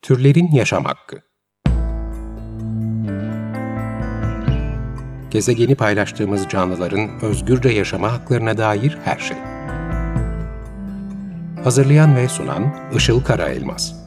Türlerin yaşam hakkı. Gezegeni paylaştığımız canlıların özgürce yaşama haklarına dair her şey. Hazırlayan ve sunan Işıl Karaelmaz.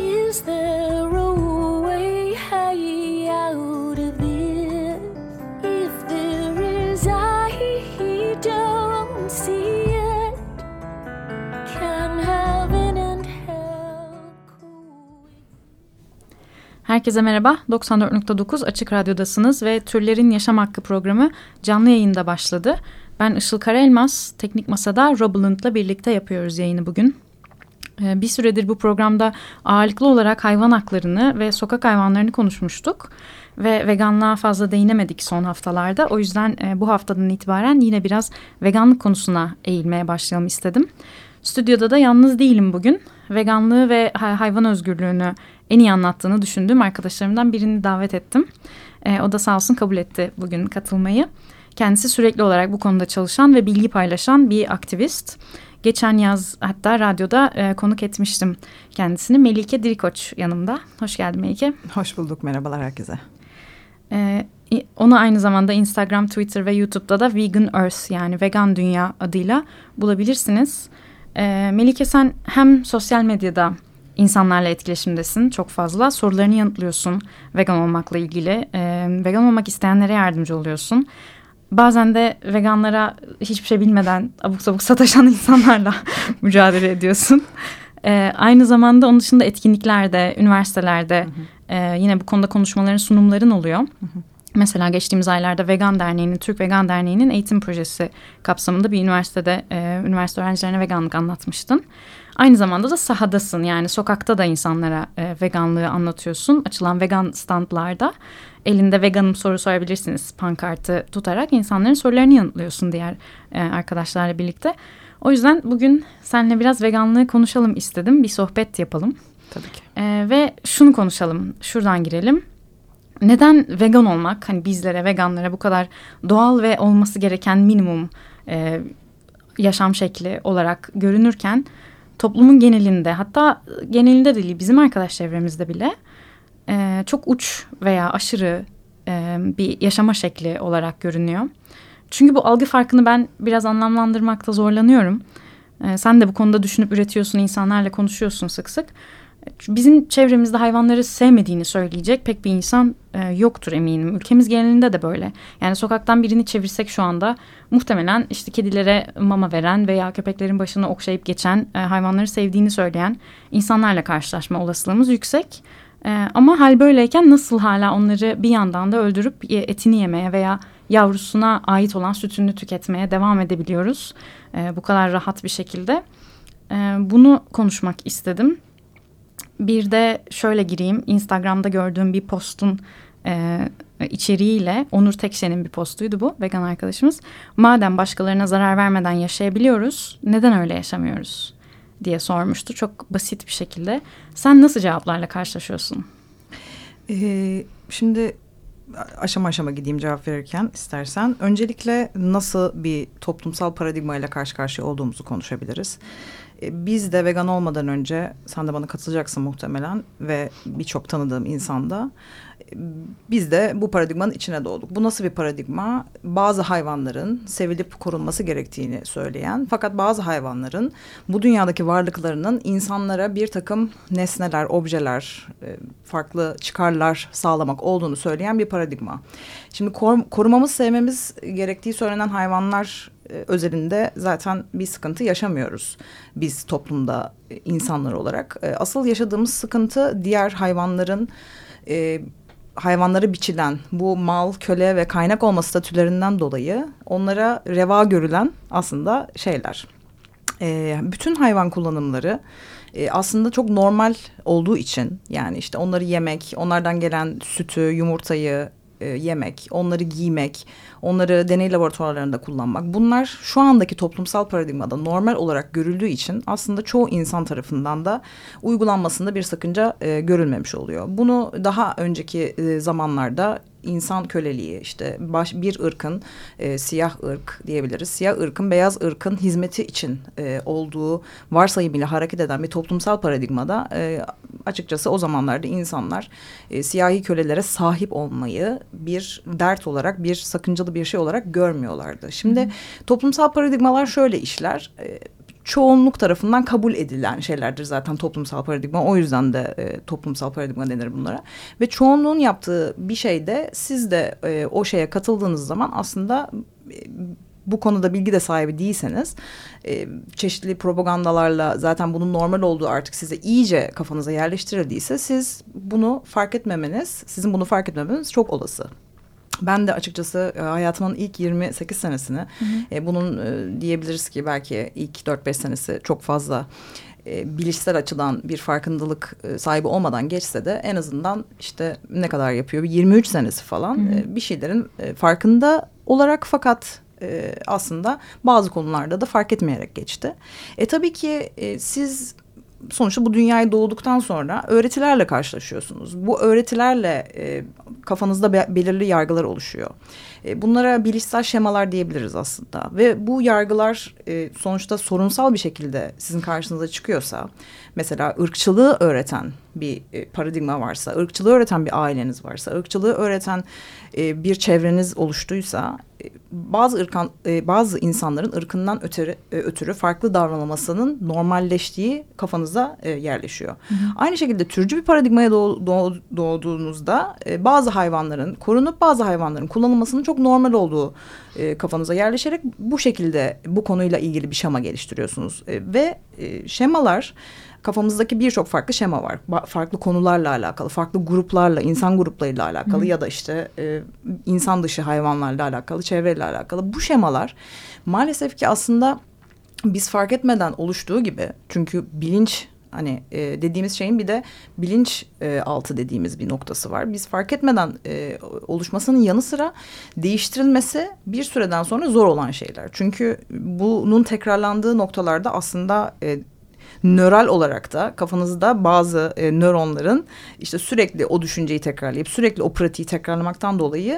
Herkese merhaba, 94.9 Açık Radyo'dasınız ve Türlerin Yaşam Hakkı programı canlı yayında başladı. Ben Işıl Karaelmaz, Teknik Masa'da Robalind'la birlikte yapıyoruz yayını bugün. Bir süredir bu programda ağırlıklı olarak hayvan haklarını ve sokak hayvanlarını konuşmuştuk. Ve veganlığa fazla değinemedik son haftalarda. O yüzden bu haftadan itibaren yine biraz veganlık konusuna eğilmeye başlayalım istedim. Stüdyoda da yalnız değilim bugün. Veganlığı ve hayvan özgürlüğünü en iyi anlattığını düşündüğüm arkadaşlarımdan birini davet ettim. O da sağ olsun kabul etti bugün katılmayı. Kendisi sürekli olarak bu konuda çalışan ve bilgi paylaşan bir aktivist. Geçen yaz hatta radyoda konuk etmiştim kendisini. Melike Dirikoç yanımda. Hoş geldin Melike. Hoş bulduk, merhabalar herkese. Onu aynı zamanda Instagram, Twitter ve YouTube'da da Vegan Earth yani Vegan Dünya adıyla bulabilirsiniz. Melike sen hem sosyal medyada insanlarla etkileşimdesin çok fazla. Sorularını yanıtlıyorsun vegan olmakla ilgili. Vegan olmak isteyenlere yardımcı oluyorsun. Bazen de veganlara hiçbir şey bilmeden abuk sabuk sataşan insanlarla mücadele ediyorsun. Aynı zamanda onun dışında etkinliklerde, üniversitelerde yine bu konuda konuşmaların, sunumların oluyor. Mesela geçtiğimiz aylarda Vegan Derneği'nin, Türk Vegan Derneği'nin eğitim projesi kapsamında bir üniversitede üniversite öğrencilerine veganlık anlatmıştın. Aynı zamanda da sahadasın, yani sokakta da insanlara veganlığı anlatıyorsun. Açılan vegan standlarda elinde veganım soru sorabilirsiniz pankartı tutarak insanların sorularını yanıtlıyorsun diğer arkadaşlarla birlikte. O yüzden bugün seninle biraz veganlığı konuşalım istedim, bir sohbet yapalım. Tabii ki. Ve şunu konuşalım, şuradan girelim. Neden vegan olmak hani bizlere, veganlara bu kadar doğal ve olması gereken minimum yaşam şekli olarak görünürken toplumun genelinde, hatta genelinde değil bizim arkadaş çevremizde bile çok uç veya aşırı bir yaşama şekli olarak görünüyor. Çünkü bu algı farkını ben biraz anlamlandırmakta zorlanıyorum. Sen de bu konuda düşünüp üretiyorsun, insanlarla konuşuyorsun sık sık. Bizim çevremizde hayvanları sevmediğini söyleyecek pek bir insan yoktur eminim. Ülkemiz genelinde de böyle. Yani sokaktan birini çevirsek şu anda muhtemelen işte kedilere mama veren veya köpeklerin başını okşayıp geçen hayvanları sevdiğini söyleyen insanlarla karşılaşma olasılığımız yüksek. Ama hal böyleyken nasıl hala onları bir yandan da öldürüp etini yemeye veya yavrusuna ait olan sütünü tüketmeye devam edebiliyoruz? Bu kadar rahat bir şekilde. Bunu konuşmak istedim. Bir de şöyle gireyim, Instagram'da gördüğüm bir postun içeriğiyle, Onur Tekşen'in bir postuydu bu, vegan arkadaşımız. Madem başkalarına zarar vermeden yaşayabiliyoruz, neden öyle yaşamıyoruz diye sormuştu çok basit bir şekilde. Sen nasıl cevaplarla karşılaşıyorsun? Şimdi aşama aşama gideyim cevap verirken istersen. Öncelikle nasıl bir toplumsal paradigmayla karşı karşıya olduğumuzu konuşabiliriz. Biz de vegan olmadan önce, sen de bana katılacaksın muhtemelen ve birçok tanıdığım insanda, biz de bu paradigmanın içine doğduk. Bu nasıl bir paradigma? Bazı hayvanların sevilip korunması gerektiğini söyleyen, fakat bazı hayvanların bu dünyadaki varlıklarının insanlara bir takım nesneler, objeler, farklı çıkarlar sağlamak olduğunu söyleyen bir paradigma. Şimdi korumamız, sevmemiz gerektiği söylenen hayvanlar özelinde zaten bir sıkıntı yaşamıyoruz biz toplumda insanlar olarak. Asıl yaşadığımız sıkıntı diğer hayvanların hayvanlara biçilen bu mal, köle ve kaynak olma statülerinden dolayı onlara reva görülen aslında şeyler. Bütün hayvan kullanımları aslında çok normal olduğu için, yani işte onları yemek, onlardan gelen sütü, yumurtayı yemek, onları giymek, onları deney laboratuvarlarında kullanmak. Bunlar şu andaki toplumsal paradigmada normal olarak görüldüğü için aslında çoğu insan tarafından da uygulanmasında bir sakınca görülmemiş oluyor. Bunu daha önceki zamanlarda insan köleliği, işte bir ırkın siyah ırk diyebiliriz. Siyah ırkın beyaz ırkın hizmeti için olduğu varsayımıyla hareket eden bir toplumsal paradigmada açıkçası o zamanlarda insanlar siyahi kölelere sahip olmayı bir dert olarak, bir sakıncalı bir şey olarak görmüyorlardı. Şimdi toplumsal paradigmalar şöyle işler. Çoğunluk tarafından kabul edilen şeylerdir zaten toplumsal paradigma. O yüzden de toplumsal paradigma denir bunlara. Ve çoğunluğun yaptığı bir şeyde siz de o şeye katıldığınız zaman aslında bu konuda bilgi de sahibi değilseniz çeşitli propagandalarla zaten bunun normal olduğu artık size iyice kafanıza yerleştirildiyse siz bunu fark etmemeniz, sizin bunu fark etmemeniz çok olası. Ben de açıkçası hayatımın ilk 28 senesini bunun diyebiliriz ki belki ilk 4-5 senesi çok fazla bilişsel açıdan bir farkındalık sahibi olmadan geçse de en azından işte ne kadar yapıyor? 23 senesi falan bir şeylerin farkında olarak fakat aslında bazı konularda da fark etmeyerek geçti. Tabii ki siz sonuçta bu dünyaya doğduktan sonra öğretilerle karşılaşıyorsunuz. Bu öğretilerle kafanızda belirli yargılar oluşuyor. Bunlara bilişsel şemalar diyebiliriz aslında. Ve bu yargılar sonuçta sorunsal bir şekilde sizin karşınıza çıkıyorsa, mesela ırkçılığı öğreten bir paradigma varsa, ırkçılığı öğreten bir aileniz varsa, ırkçılığı öğreten bir çevreniz oluştuysa, bazı insanların ırkından ötürü farklı davranılmasının normalleştiği kafanıza yerleşiyor. Aynı şekilde türcü bir paradigmaya doğduğunuzda bazı hayvanların korunup bazı hayvanların kullanılmasının çok normal olduğu kafanıza yerleşerek bu şekilde bu konuyla ilgili bir şema geliştiriyorsunuz. Ve şemalar, kafamızdaki birçok farklı şema var. Farklı konularla alakalı, farklı gruplarla, insan gruplarıyla alakalı ya da işte insan dışı hayvanlarla alakalı, çevreyle alakalı. Bu şemalar maalesef ki aslında biz fark etmeden oluştuğu gibi, çünkü bilinç hani dediğimiz şeyin bir de bilinç altı dediğimiz bir noktası var. Biz fark etmeden oluşmasının yanı sıra değiştirilmesi bir süreden sonra zor olan şeyler. Çünkü bunun tekrarlandığı noktalarda aslında nöral olarak da kafanızda bazı nöronların işte sürekli o düşünceyi tekrarlayıp sürekli o pratiği tekrarlamaktan dolayı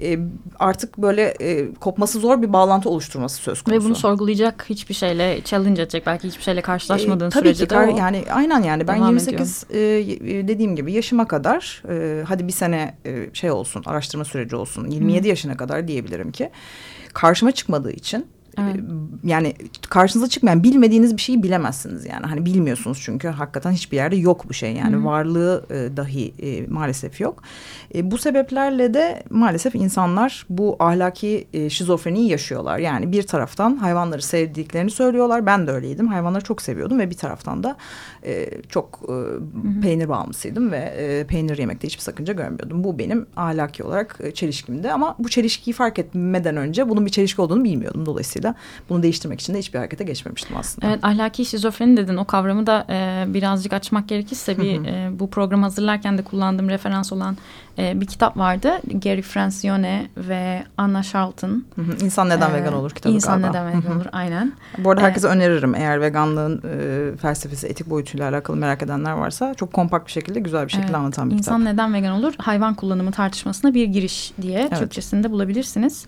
artık böyle kopması zor bir bağlantı oluşturması söz konusu. Ve bunu sorgulayacak, hiçbir şeyle challenge edecek, belki hiçbir şeyle karşılaşmadığın sürece de o yani aynen yani ben 28 dediğim gibi yaşıma kadar hadi bir sene şey olsun, araştırma süreci olsun, 27 yaşına kadar diyebilirim ki karşıma çıkmadığı için. Evet. Yani karşınıza çıkmayan bilmediğiniz bir şeyi bilemezsiniz yani. Hani bilmiyorsunuz çünkü hakikaten hiçbir yerde yok bu şey yani. Varlığı dahi maalesef yok. Bu sebeplerle de maalesef insanlar bu ahlaki şizofreniyi yaşıyorlar. Yani bir taraftan hayvanları sevdiklerini söylüyorlar. Ben de öyleydim. Hayvanları çok seviyordum ve bir taraftan da çok peynir bağımlısıydım ve peynir yemekte hiçbir sakınca görmüyordum. Bu benim ahlaki olarak çelişkimdi ama bu çelişkiyi fark etmeden önce bunun bir çelişki olduğunu bilmiyordum. Dolayısıyla bunu değiştirmek için de hiçbir harekete geçmemiştim aslında. Evet, ahlaki şizofreni dedin. O kavramı da birazcık açmak gerekirse bu programı hazırlarken de kullandığım referans olan bir kitap vardı. Gary Francione ve Anna Charlton. İnsan Neden Vegan Olur kitabı İnsan galiba. Neden Vegan Olur, aynen. Bu arada herkese öneririm. Eğer veganlığın felsefesi, etik boyutuyla alakalı merak edenler varsa çok kompakt bir şekilde, güzel bir şekilde anlatan bir kitap. İnsan Neden Vegan Olur? Hayvan kullanımı tartışmasına bir giriş diye Türkçesinde bulabilirsiniz.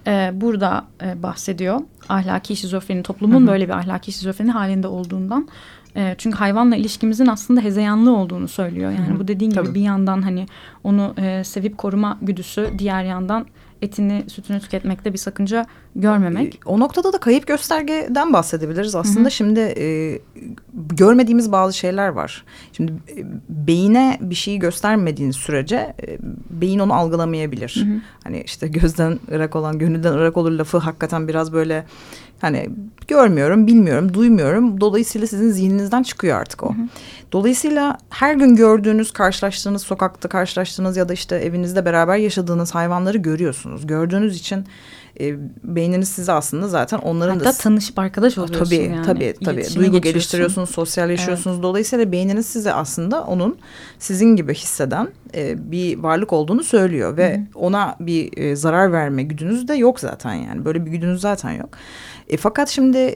Burada bahsediyor ahlaki şizofreni, toplumun böyle bir ahlaki şizofreni halinde olduğundan. Çünkü hayvanla ilişkimizin aslında hezeyanlı olduğunu söylüyor. Yani bu dediğin gibi bir yandan hani onu sevip koruma güdüsü, diğer yandan etini, sütünü tüketmekte bir sakınca görmemek. O noktada da kayıp göstergeden bahsedebiliriz aslında. Şimdi görmediğimiz bazı şeyler var. Şimdi beyine bir şeyi göstermediğiniz sürece beyin onu algılamayabilir. Hani işte gözden ırak olan gönülden ırak olur lafı hakikaten biraz böyle hani görmüyorum, bilmiyorum, duymuyorum. Dolayısıyla sizin zihninizden çıkıyor artık o. Dolayısıyla her gün gördüğünüz, karşılaştığınız, sokakta karşılaştığınız ya da işte evinizde beraber yaşadığınız hayvanları görüyorsunuz. Gördüğünüz için beyniniz size aslında zaten onların hatta tanışıp arkadaş oluyorsun tabii, yani. Duygu geliştiriyorsunuz, sosyalleşiyorsunuz. Evet. Dolayısıyla beyniniz size aslında onun sizin gibi hisseden bir varlık olduğunu söylüyor. Ve ona bir zarar verme güdünüz de yok zaten yani. Böyle bir güdünüz zaten yok. Fakat şimdi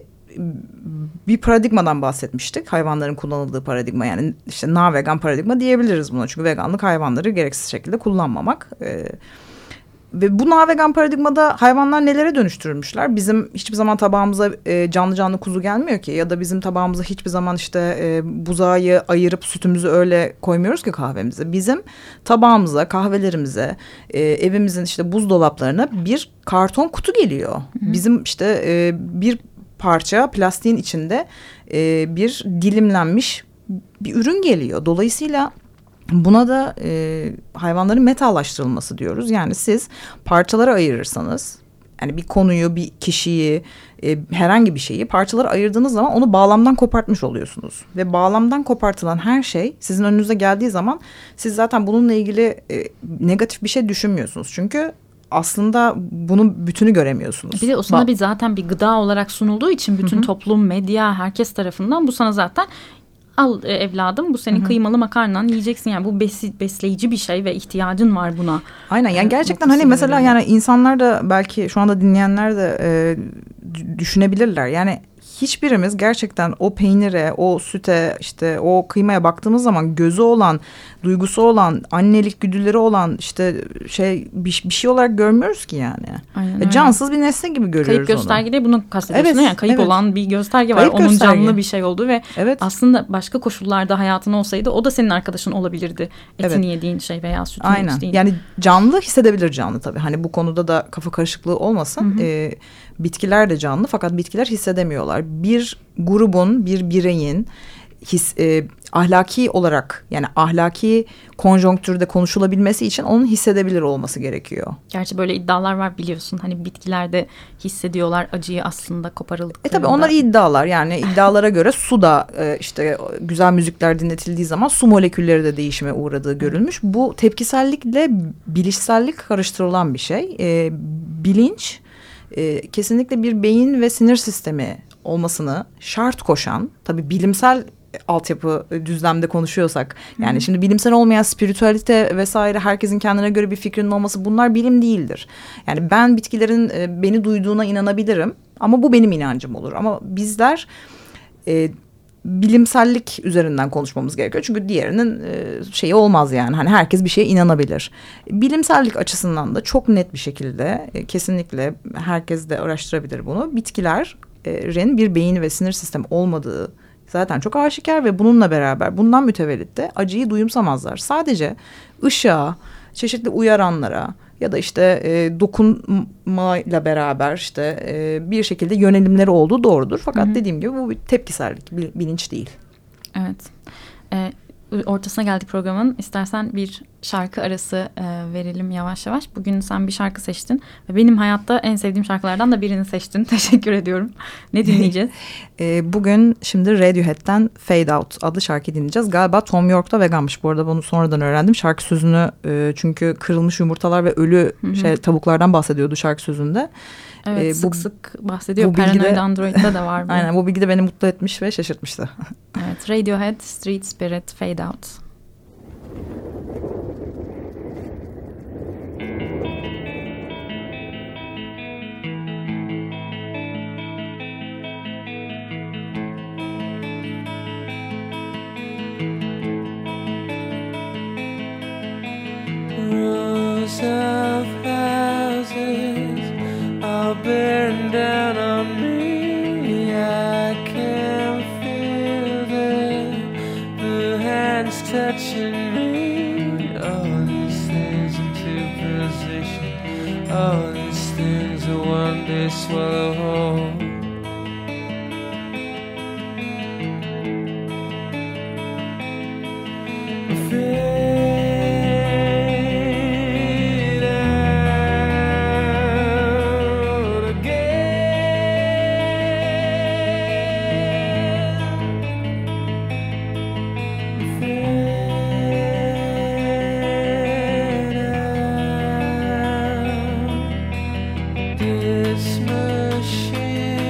bir paradigmadan bahsetmiştik. Hayvanların kullanıldığı paradigma, yani işte na vegan paradigma diyebiliriz buna. Çünkü veganlık hayvanları gereksiz şekilde kullanmamak. Ve bu vegan paradigmada hayvanlar nelere dönüştürülmüşler? Bizim hiçbir zaman tabağımıza canlı canlı kuzu gelmiyor ki. Ya da bizim tabağımıza hiçbir zaman işte buzağı ayırıp sütümüzü öyle koymuyoruz ki kahvemize. Bizim tabağımıza, kahvelerimize, evimizin işte buzdolaplarına bir karton kutu geliyor. Hı hı. Bizim işte bir parça plastiğin içinde bir dilimlenmiş bir ürün geliyor. Dolayısıyla buna da hayvanların metalaştırılması diyoruz. Yani siz parçalara ayırırsanız, yani bir konuyu, bir kişiyi, herhangi bir şeyi parçalara ayırdığınız zaman onu bağlamdan kopartmış oluyorsunuz. Ve bağlamdan kopartılan her şey sizin önünüze geldiği zaman siz zaten bununla ilgili negatif bir şey düşünmüyorsunuz. Çünkü aslında bunun bütünü göremiyorsunuz. Bir de o sana zaten bir gıda olarak sunulduğu için bütün toplum, medya, herkes tarafından bu sana zaten al evladım, bu senin kıymalı makarnan, yiyeceksin. Yani bu besleyici bir şey ve ihtiyacın var buna. Aynen, yani gerçekten hani mesela yani insanlar da belki şu anda dinleyenler de düşünebilirler. Yani hiçbirimiz gerçekten o peynire, o süte, işte o kıymaya baktığımız zaman gözü olan, duygusu olan, annelik güdüleri olan işte bir şey olarak görmüyoruz ki yani. Aynen, cansız bir nesne gibi görüyoruz kayıp göstergede bunu kastediyorsun. Evet, yani kayıp olan bir gösterge var. Kayıp onun gösterge. Canlı bir şey olduğu ve aslında başka koşullarda hayatın olsaydı o da senin arkadaşın olabilirdi. Etini yediğin şey veya sütünü içtiğin. Yani canlı hissedebilir canlı tabii. Hani bu konuda da kafa karışıklığı olmasın. Bitkiler de canlı fakat bitkiler hissedemiyorlar. Bir grubun, bir bireyin ahlaki olarak, yani ahlaki konjonktürde konuşulabilmesi için onun hissedebilir olması gerekiyor. Gerçi böyle iddialar var biliyorsun. Hani bitkilerde hissediyorlar acıyı aslında koparıldıklarında. Tabii onlar iddialar, yani iddialara göre su da işte güzel müzikler dinletildiği zaman su molekülleri de değişime uğradığı görülmüş. Bu tepkisellikle bilişsellik karıştırılan bir şey. Bilinç kesinlikle bir beyin ve sinir sistemi olmasını şart koşan, tabii bilimsel altyapı düzlemde konuşuyorsak, yani şimdi bilimsel olmayan spiritüalite vesaire, herkesin kendine göre bir fikrinin olması, bunlar bilim değildir. Yani ben bitkilerin beni duyduğuna inanabilirim ama bu benim inancım olur. Ama bizler bilimsellik üzerinden konuşmamız gerekiyor. Çünkü diğerinin şeyi olmaz yani. Hani herkes bir şeye inanabilir. Bilimsellik açısından da çok net bir şekilde kesinlikle herkes de araştırabilir bunu. Bitkilerin bir beyin ve sinir sistemi olmadığı zaten çok aşikar ve bununla beraber, bundan mütevellit de acıyı duyumsamazlar. Sadece ışığa, çeşitli uyaranlara ya da işte dokunmayla beraber işte bir şekilde yönelimleri olduğu doğrudur. Fakat dediğim gibi bu bir tepkisellik, bilinç değil. Evet. Ortasına geldik programın. İstersen bir şarkı arası verelim yavaş yavaş. Bugün sen bir şarkı seçtin. Ve benim hayatta en sevdiğim şarkılardan da birini seçtin. Teşekkür ediyorum. Ne dinleyeceğiz? Bugün şimdi Radiohead'den Fade Out adlı şarkıyı dinleyeceğiz. Galiba Tom York da veganmış. Bu arada bunu sonradan öğrendim. Şarkı sözünü çünkü kırılmış yumurtalar ve ölü tavuklardan bahsediyordu şarkı sözünde. Evet, sık sık bahsediyor. Paranoid Android'da da var bu. Aynen, bu bilgi de beni mutlu etmiş ve şaşırtmıştı. Evet, Radiohead, Street Spirit, Fade Out. Rows of houses all bearing down on me. I can feel the hands touching me. All these things into position. All these things will one day swallow whole. This machine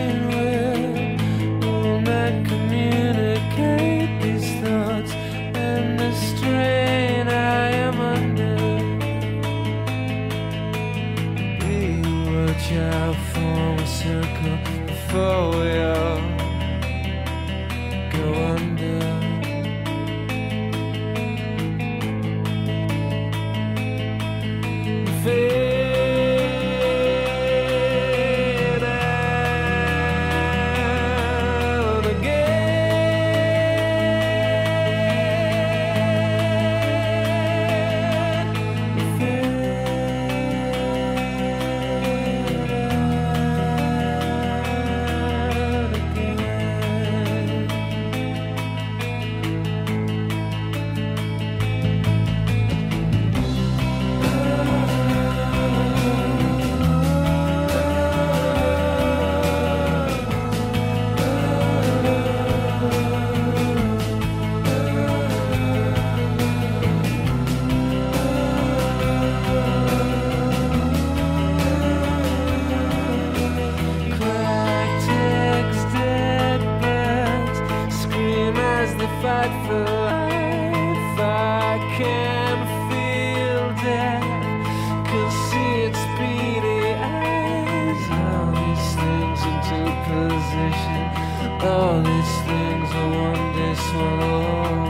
All these things I one day swallow.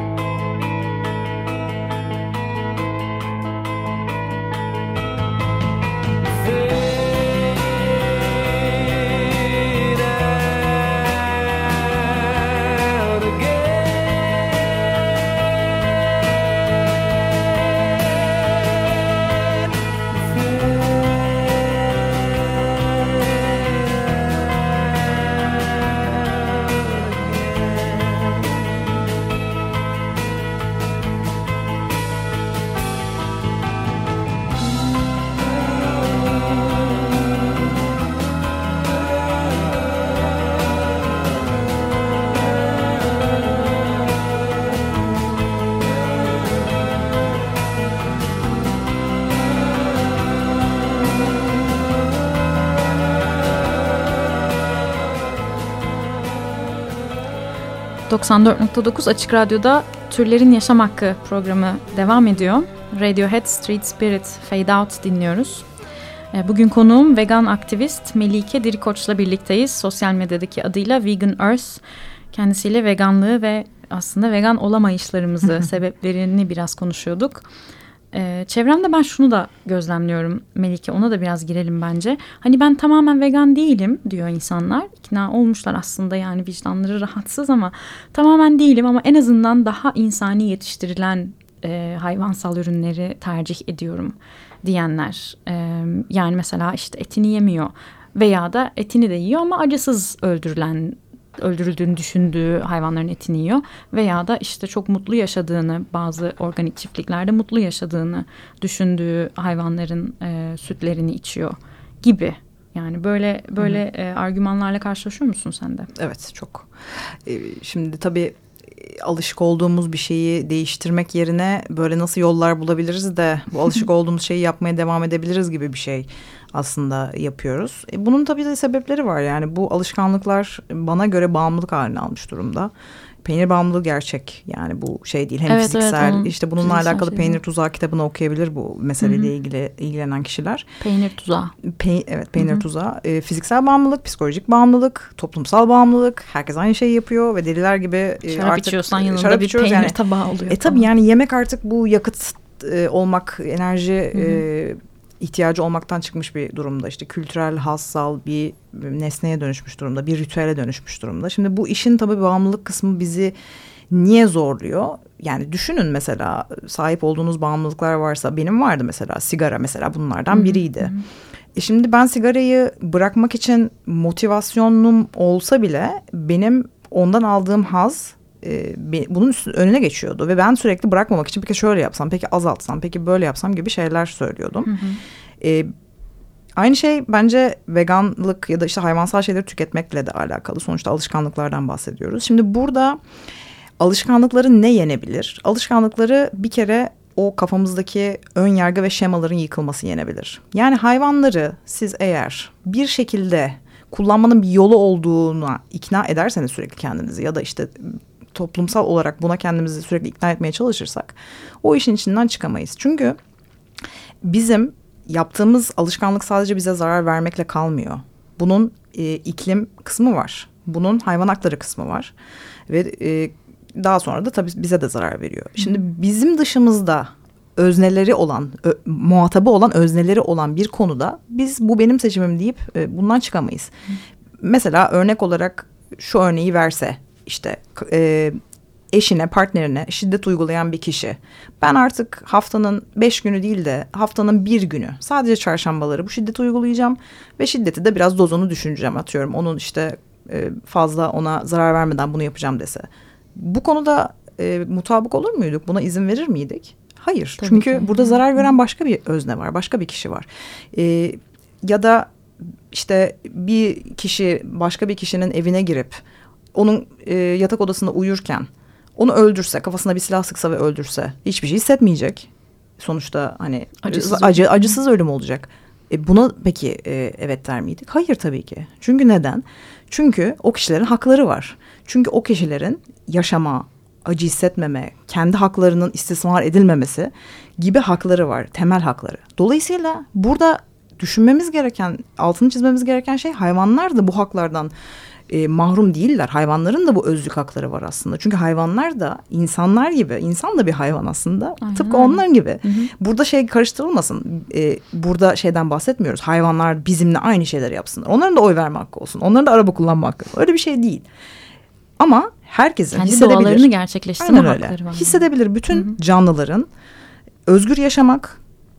...94.9 Açık Radyo'da Türlerin Yaşam Hakkı programı devam ediyor. Radiohead Street Spirit Fade Out dinliyoruz. Bugün konuğum vegan aktivist Melike Dirikoç'la birlikteyiz. Sosyal medyadaki adıyla Vegan Earth. Kendisiyle veganlığı ve aslında vegan olamayışlarımızı, sebeplerini biraz konuşuyorduk. Çevremde ben şunu da gözlemliyorum Melike, ona da biraz girelim bence. Hani ben tamamen vegan değilim diyor insanlar. İkna olmuşlar aslında, yani vicdanları rahatsız ama tamamen değilim ama en azından daha insani yetiştirilen hayvansal ürünleri tercih ediyorum diyenler. Yani mesela işte etini yemiyor veya da etini de yiyor ama acısız öldürüldüğünü düşündüğü hayvanların etini yiyor veya da işte çok mutlu yaşadığını, bazı organik çiftliklerde mutlu yaşadığını düşündüğü hayvanların sütlerini içiyor gibi. Yani böyle argümanlarla karşılaşıyor musun sen de? Evet, çok. Şimdi tabii alışık olduğumuz bir şeyi değiştirmek yerine böyle nasıl yollar bulabiliriz de bu alışık olduğumuz şeyi yapmaya devam edebiliriz gibi bir şey aslında yapıyoruz. Bunun tabii de sebepleri var. Yani bu alışkanlıklar bana göre bağımlılık haline almış durumda. Peynir bağımlılığı gerçek. Yani bu şey değil. Hem evet, fiziksel, evet, işte bununla alakalı şey Peynir Tuzağı kitabını okuyabilir bu meseleyle ilgilenen kişiler. Peynir Tuzağı. Evet, Peynir Tuzağı. Fiziksel bağımlılık, psikolojik bağımlılık, toplumsal bağımlılık. Herkes aynı şeyi yapıyor ve deliler gibi şarap artık içiyorsan yanında bir peynir yani, tabağı oluyor. Tabii yani yemek artık bu yakıt olmak, enerji ihtiyacı olmaktan çıkmış bir durumda. İşte kültürel, hassal bir nesneye dönüşmüş durumda. Bir ritüele dönüşmüş durumda. Şimdi bu işin tabii bağımlılık kısmı bizi niye zorluyor? Yani düşünün, mesela sahip olduğunuz bağımlılıklar varsa, benim vardı mesela sigara, mesela bunlardan biriydi. Şimdi ben sigarayı bırakmak için motivasyonum olsa bile benim ondan aldığım haz bunun önüne geçiyordu ve ben sürekli bırakmamak için peki şöyle yapsam, peki azaltsam, peki böyle yapsam gibi şeyler söylüyordum. Aynı şey bence veganlık ya da işte hayvansal şeyleri tüketmekle de alakalı. Sonuçta alışkanlıklardan bahsediyoruz. Şimdi burada alışkanlıkları ne yenebilir? Alışkanlıkları bir kere o kafamızdaki ön yargı ve şemaların yıkılması yenebilir. Yani hayvanları siz eğer bir şekilde kullanmanın bir yolu olduğuna ikna ederseniz sürekli kendinizi ya da işte toplumsal olarak buna kendimizi sürekli ikna etmeye çalışırsak o işin içinden çıkamayız. Çünkü bizim yaptığımız alışkanlık sadece bize zarar vermekle kalmıyor. Bunun iklim kısmı var. Bunun hayvan hakları kısmı var. Ve daha sonra da tabii bize de zarar veriyor. Şimdi bizim dışımızda özneleri olan, muhatabı olan, özneleri olan bir konuda biz bu benim seçimim deyip bundan çıkamayız. Mesela örnek olarak şu örneği verse, işte eşine, partnerine şiddet uygulayan bir kişi. Ben artık haftanın 5 günü değil de haftanın 1 günü sadece çarşambaları bu şiddeti uygulayacağım ve şiddeti de biraz dozunu düşüneceğim, atıyorum. Onun işte fazla ona zarar vermeden bunu yapacağım dese. Bu konuda mutabık olur muyduk? Buna izin verir miydik? Hayır. Tabii Çünkü ki. burada zarar gören başka bir özne var, başka bir kişi var. Ya da işte bir kişi başka bir kişinin evine girip onun yatak odasında uyurken onu öldürse, kafasına bir silah sıksa ve öldürse hiçbir şey hissetmeyecek. Sonuçta hani acısız ölüm olacak. Buna peki evet der miydik? Hayır tabii ki. Çünkü neden? Çünkü o kişilerin hakları var. Çünkü o kişilerin yaşama, acı hissetmeme, kendi haklarının istismar edilmemesi gibi hakları var. Temel hakları. Dolayısıyla burada düşünmemiz gereken, altını çizmemiz gereken şey, hayvanlar da bu haklardan mahrum değiller. Hayvanların da bu özlük hakları var aslında. Çünkü hayvanlar da insanlar gibi. İnsan da bir hayvan aslında. Aynen. Tıpkı onların gibi. Hı hı. Burada şey karıştırılmasın. Burada şeyden bahsetmiyoruz. Hayvanlar bizimle aynı şeyleri yapsınlar. Onların da oy verme hakkı olsun. Onların da araba kullanma hakkı. Öyle bir şey değil. Ama herkesin kendi hissedebilir. doğalarını gerçekleştirme hakları var. Hissedebilir bütün canlıların özgür yaşamak,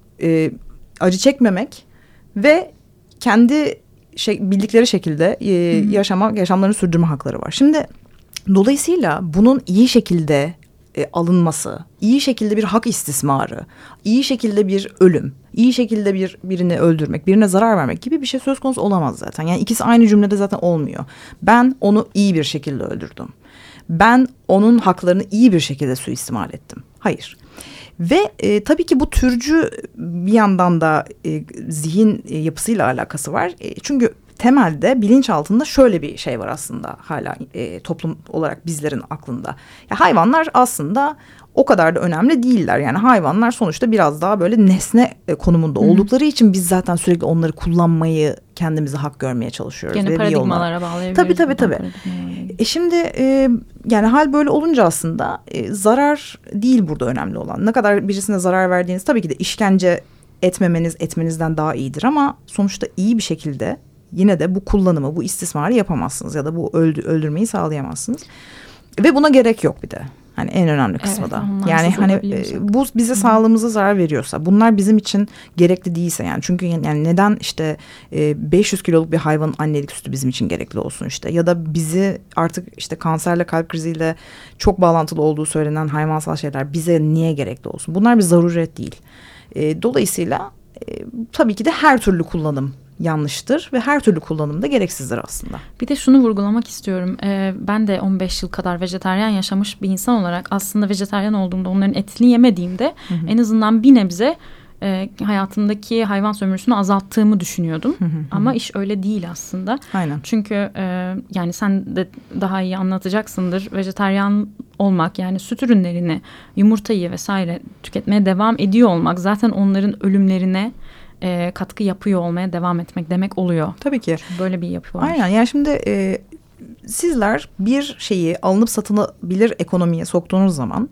acı çekmemek ve kendi bildikleri şekilde yaşamlarını sürdürme hakları var. Şimdi dolayısıyla bunun iyi şekilde alınması, iyi şekilde bir hak istismarı, iyi şekilde bir ölüm, iyi şekilde birini öldürmek, birine zarar vermek gibi bir şey söz konusu olamaz zaten. Yani ikisi aynı cümlede zaten olmuyor. Ben onu iyi bir şekilde öldürdüm. Ben onun haklarını iyi bir şekilde suistimal ettim. Hayır. Ve tabii ki bu türcü bir yandan da zihin yapısıyla alakası var. Çünkü temelde bilinç altında şöyle bir şey var aslında hala toplum olarak bizlerin aklında. Ya hayvanlar aslında o kadar da önemli değiller. Yani hayvanlar sonuçta biraz daha böyle nesne konumunda oldukları için biz zaten sürekli onları kullanmayı kendimize hak görmeye çalışıyoruz. Gene paradigmalara bağlayabiliriz. Tabii. Şimdi yani hal böyle olunca aslında zarar değil burada önemli olan. Ne kadar birisine zarar verdiğiniz tabii ki de işkence etmenizden daha iyidir ama sonuçta iyi bir şekilde yine de bu kullanımı, bu istismarı yapamazsınız ya da bu öldürmeyi sağlayamazsınız. Ve buna gerek yok bir de. Hani en önemli kısmı da. Yani hani bu bize sağlığımıza zarar veriyorsa, bunlar bizim için gerekli değilse yani. Çünkü yani neden işte 500 kiloluk bir hayvanın annelik sütü bizim için gerekli olsun işte. Ya da bizi artık işte kanserle, kalp kriziyle çok bağlantılı olduğu söylenen hayvansal şeyler bize niye gerekli olsun? Bunlar bir zaruret değil. Dolayısıyla tabii ki de her türlü kullanım yanlıştır ve her türlü kullanım da gereksizdir aslında. Bir de şunu vurgulamak istiyorum. Ben de 15 yıl kadar vejetaryen yaşamış bir insan olarak aslında vejetaryen olduğumda onların etini yemediğimde en azından bir nebze hayatımdaki hayvan sömürüsünü azalttığımı düşünüyordum. Ama iş öyle değil aslında. Aynen. Çünkü yani sen de daha iyi anlatacaksındır. Vejetaryen olmak yani süt ürünlerini, yumurtayı vesaire tüketmeye devam ediyor olmak zaten onların ölümlerine katkı yapıyor olmaya devam etmek demek oluyor. Tabii ki. Çünkü böyle bir yapı var. Aynen yani şimdi sizler bir şeyi alınıp satılabilir ekonomiye soktuğunuz zaman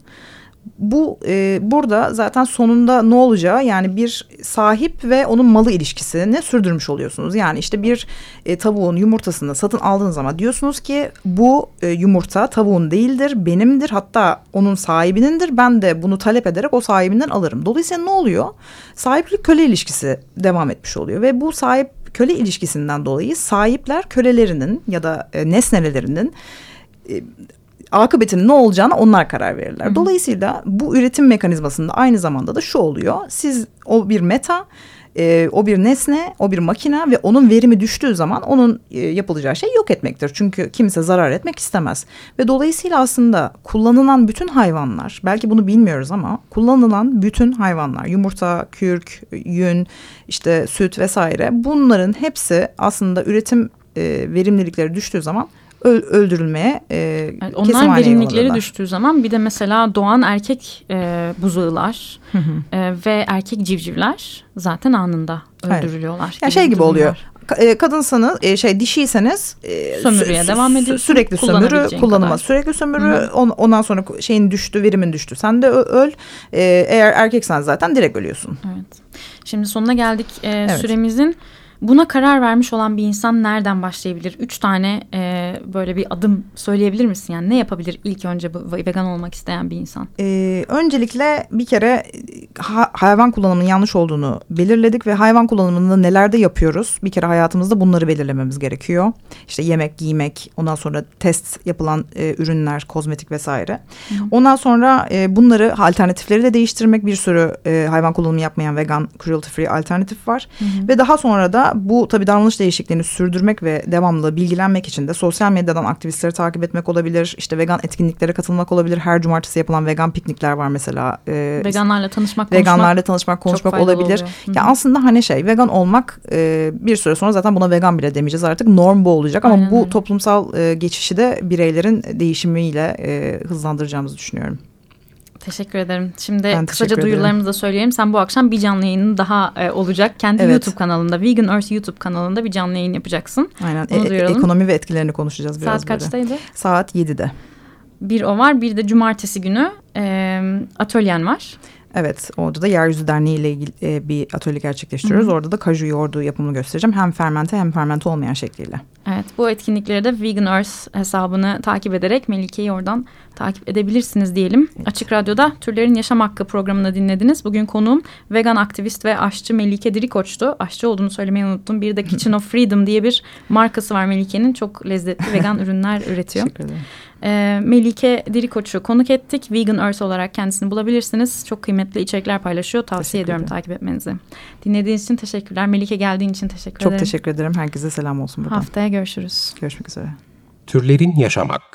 bu burada zaten sonunda ne olacağı yani bir sahip ve onun malı ilişkisini sürdürmüş oluyorsunuz. Yani işte bir tavuğun yumurtasını satın aldığınız zaman diyorsunuz ki bu yumurta tavuğun değildir, benimdir, hatta onun sahibinindir. Ben de bunu talep ederek o sahibinden alırım. Dolayısıyla ne oluyor? Sahiplik köle ilişkisi devam etmiş oluyor ve bu sahip köle ilişkisinden dolayı sahipler kölelerinin ya da nesnelerinin akıbetinin ne olacağına onlar karar verirler. Dolayısıyla bu üretim mekanizmasında aynı zamanda da şu oluyor. Siz o bir meta, o bir nesne, o bir makine ve onun verimi düştüğü zaman onun yapılacağı şey yok etmektir. Çünkü kimse zarar etmek istemez. Ve dolayısıyla aslında kullanılan bütün hayvanlar, belki bunu bilmiyoruz ama kullanılan bütün hayvanlar, yumurta, kürk, yün, işte süt vesaire bunların hepsi aslında üretim verimlilikleri düştüğü zaman öldürülmeye yani onlar verimlilikleri düştüğü zaman bir de mesela doğan erkek buzağılar ve erkek civcivler zaten anında öldürülüyorlar. Yani şey gibi oluyor. Kadınsanız dişiyseniz sömürüye devam ediyorsun. Sürekli sömürü, kullanıma sürekli sömürü. Ondan sonra şeyin düştü, verimin düştü. Sen de öl. Eğer erkeksen zaten direkt ölüyorsun. Evet. Şimdi sonuna geldik süremizin. Buna karar vermiş olan bir insan nereden başlayabilir? 3 tane böyle bir adım söyleyebilir misin? Yani ne yapabilir ilk önce bu vegan olmak isteyen bir insan? Öncelikle bir kere hayvan kullanımının yanlış olduğunu belirledik ve hayvan kullanımını nelerde yapıyoruz? Bir kere hayatımızda bunları belirlememiz gerekiyor. İşte yemek, giymek, ondan sonra test yapılan ürünler, kozmetik vesaire. Ondan sonra bunları alternatifleri de değiştirmek. Bir sürü hayvan kullanımı yapmayan vegan, cruelty free alternatif var. Ve daha sonra da bu tabii davranış değişikliğini sürdürmek ve devamlı bilgilenmek için de sosyal medyadan aktivistleri takip etmek olabilir. İşte vegan etkinliklere katılmak olabilir. Her cumartesi yapılan vegan piknikler var mesela. Veganlarla tanışmak, konuşmak olabilir. Ya aslında hani vegan olmak bir süre sonra zaten buna vegan bile demeyeceğiz artık. Norm bu olacak ama bu toplumsal geçişi de bireylerin değişimiyle hızlandıracağımızı düşünüyorum. Teşekkür ederim. Şimdi Ben kısaca teşekkür duyurularımızı da söyleyelim. Sen bu akşam bir canlı yayının daha olacak. Kendi Evet. YouTube kanalında, Vegan Earth YouTube kanalında bir canlı yayın yapacaksın. Aynen. Onu duyuralım. Ekonomi ve etkilerini konuşacağız biraz. Saat kaçtaydı? Saat 7'de. Bir o var, bir de cumartesi günü atölyen var. Evet, orada da Yeryüzü Derneği ile ilgili bir atölye gerçekleştiriyoruz. Orada da kaju yoğurdu yapımını göstereceğim. Hem fermente olmayan şekliyle. Evet, bu etkinlikleri de Vegan Earth hesabını takip ederek Melike'yi oradan takip edebilirsiniz diyelim. Evet. Açık Radyo'da Türlerin Yaşam Hakkı programını dinlediniz. Bugün konuğum vegan aktivist ve aşçı Melike Dirikoç'tu. Aşçı olduğunu söylemeyi unuttum. Bir de Kitchen of Freedom diye bir markası var Melike'nin. Çok lezzetli vegan ürünler üretiyor. Teşekkür ederim. Melike Dirikoç'u konuk ettik. Vegan Earth olarak kendisini bulabilirsiniz. Çok kıymetli içerikler paylaşıyor. Tavsiye ediyorum takip etmenizi. Dinlediğiniz için teşekkürler. Melike geldiğin için teşekkür ederim. Çok teşekkür ederim. Herkese selam olsun buradan. Haftaya görüşürüz. Görüşmek üzere. Türlerin Yaşam Hakkı.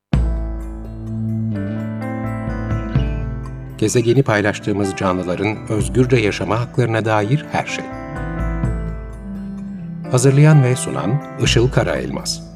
Gezegeni paylaştığımız canlıların özgürce yaşama haklarına dair her şey. Hazırlayan ve sunan Işıl Karaelmaz.